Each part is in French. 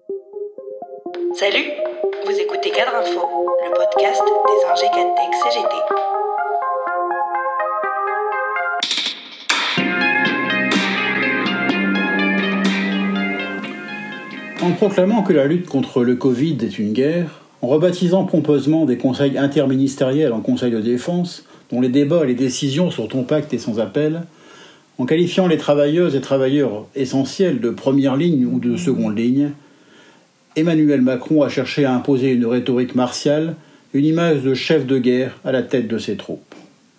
Salut, vous écoutez Cadre Info, le podcast des Ingé Cadtech CGT. En proclamant que la lutte contre le Covid est une guerre, en rebaptisant pompeusement des conseils interministériels en conseils de défense, dont les débats et les décisions sont compacts et sans appel, en qualifiant les travailleuses et travailleurs essentiels de première ligne ou de seconde ligne, Emmanuel Macron a cherché à imposer une rhétorique martiale, une image de chef de guerre à la tête de ses troupes.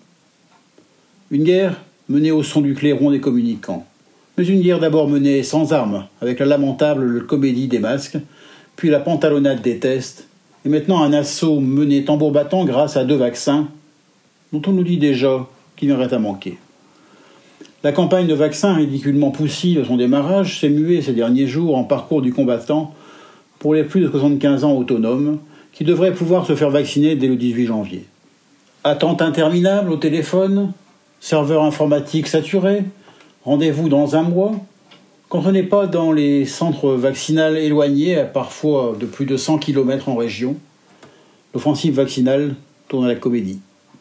Une guerre menée au son du clairon des communicants, mais une guerre d'abord menée sans armes, avec la lamentable comédie des masques, puis la pantalonnade des tests, et maintenant un assaut mené tambour battant grâce à 2 vaccins, dont on nous dit déjà qu'ils viendraient à manquer. La campagne de vaccins ridiculement poussive à son démarrage s'est muée ces derniers jours en parcours du combattant pour les plus de 75 ans autonomes, qui devraient pouvoir se faire vacciner dès le 18 janvier. Attente interminable au téléphone, serveur informatique saturé, rendez-vous dans un mois. Quand on n'est pas dans les centres vaccinaux éloignés, parfois de plus de 100 km en région, l'offensive vaccinale tourne à la comédie.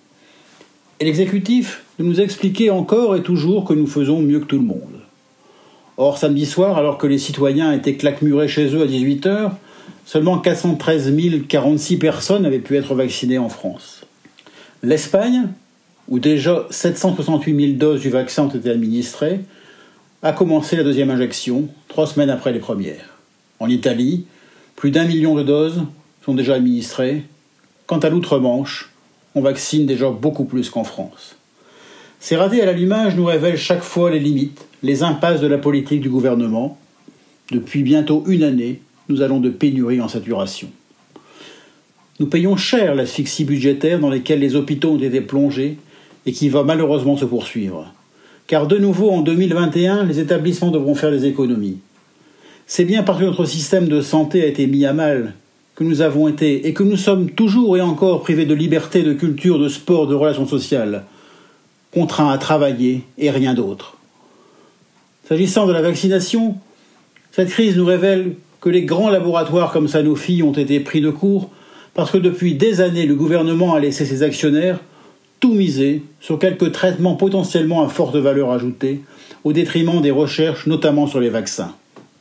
Et l'exécutif de nous expliquer encore et toujours que nous faisons mieux que tout le monde. Or, samedi soir, alors que les citoyens étaient claquemurés chez eux à 18h, seulement 413 046 personnes avaient pu être vaccinées en France. L'Espagne, où déjà 768 000 doses du vaccin ont été administrées, a commencé la 2e injection, 3 semaines après les premières. En Italie, plus d'1 million de doses sont déjà administrées. Quant à l'outre-Manche, on vaccine déjà beaucoup plus qu'en France. Ces ratés à l'allumage nous révèlent chaque fois les limites, les impasses de la politique du gouvernement. Depuis bientôt une année, nous allons de pénurie en saturation. Nous payons cher l'asphyxie budgétaire dans laquelle les hôpitaux ont été plongés et qui va malheureusement se poursuivre. Car de nouveau, en 2021, les établissements devront faire des économies. C'est bien parce que notre système de santé a été mis à mal que nous avons été, et que nous sommes toujours et encore privés de liberté, de culture, de sport, de relations sociales, contraints à travailler et rien d'autre. S'agissant de la vaccination, cette crise nous révèle que les grands laboratoires comme Sanofi ont été pris de court parce que depuis des années, le gouvernement a laissé ses actionnaires tout miser sur quelques traitements potentiellement à forte valeur ajoutée, au détriment des recherches, notamment sur les vaccins.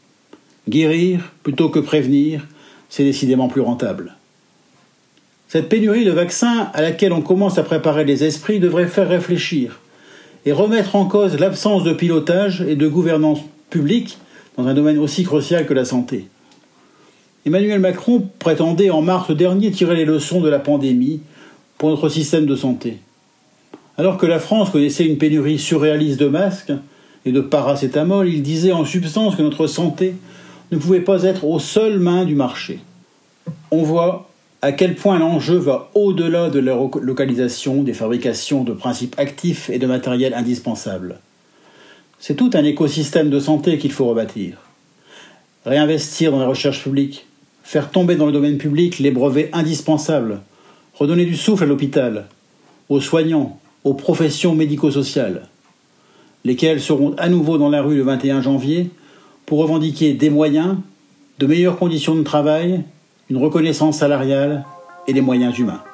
Guérir plutôt que prévenir, c'est décidément plus rentable. Cette pénurie de vaccins à laquelle on commence à préparer les esprits devrait faire réfléchir et remettre en cause l'absence de pilotage et de gouvernance publique dans un domaine aussi crucial que la santé. Emmanuel Macron prétendait en mars dernier tirer les leçons de la pandémie pour notre système de santé. Alors que la France connaissait une pénurie surréaliste de masques et de paracétamol, il disait en substance que notre santé ne pouvait pas être aux seules mains du marché. On voit à quel point l'enjeu va au-delà de la localisation des fabrications de principes actifs et de matériel indispensable. C'est tout un écosystème de santé qu'il faut rebâtir. Réinvestir dans la recherche publique, faire tomber dans le domaine public les brevets indispensables, redonner du souffle à l'hôpital, aux soignants, aux professions médico-sociales, lesquelles seront à nouveau dans la rue le 21 janvier pour revendiquer des moyens, de meilleures conditions de travail, une reconnaissance salariale et des moyens humains.